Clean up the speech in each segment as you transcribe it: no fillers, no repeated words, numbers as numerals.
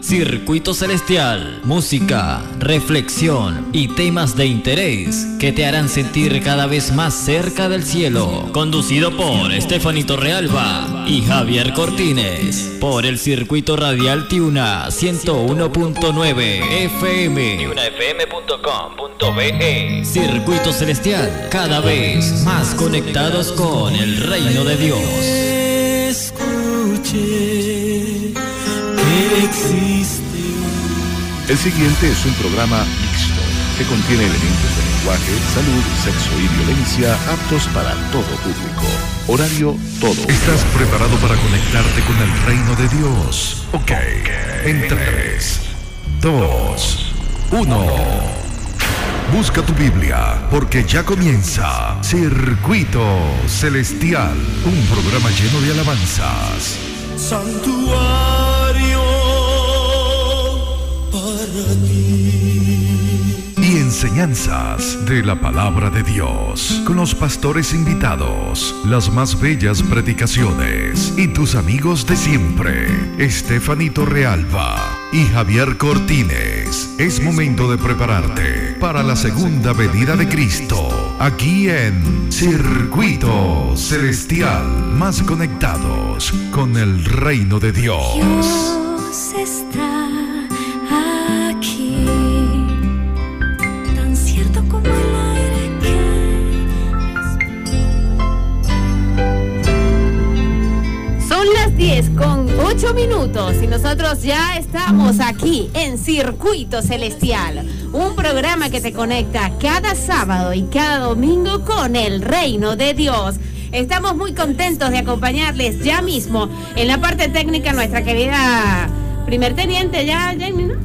Circuito Celestial, música, reflexión y temas de interés que te harán sentir cada vez más cerca del cielo. Conducido por Estefanito Realba y Javier Cortines, por el Circuito Radial Tiuna 101.9 FM, tiunafm.com.be. Circuito Celestial, cada vez más conectados con el reino de Dios. Escuche que existe. El siguiente es un programa mixto que contiene elementos de lenguaje, salud, sexo y violencia aptos para todo público. Horario todo. ¿Estás preparado para conectarte con el reino de Dios? Ok. En 3, 2, 1. Busca tu Biblia, porque ya comienza Circuito Celestial, un programa lleno de alabanzas, Santuario para ti. y enseñanzas de la palabra de Dios, con los pastores invitados, las más bellas predicaciones y tus amigos de siempre, Estefanito Realba y Javier Cortines. Es momento de prepararte para la segunda venida de Cristo, aquí en Circuito Celestial, más conectados con el reino de Dios. Dios está aquí, tan cierto como el aire que... Son las 10:08 y nosotros ya estamos aquí en Circuito Celestial, un programa que te conecta cada sábado y cada domingo con el reino de Dios. Estamos muy contentos de acompañarles ya mismo en la parte técnica nuestra querida primer teniente ya, Jenny, ¿no?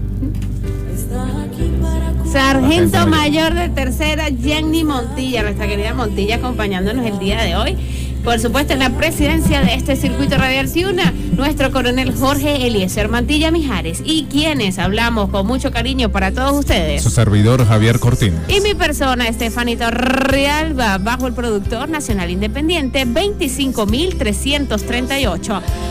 Sargento mayor de tercera, Jenny Montilla, nuestra querida Montilla, acompañándonos el día de hoy. Por supuesto, en la presidencia de este Circuito Radial Tiuna, nuestro coronel Jorge Eliezer Mantilla Mijares, y quienes hablamos con mucho cariño para todos ustedes. Su servidor, Javier Cortines. Y mi persona, Estefanito Realba, bajo el productor nacional independiente 25.338.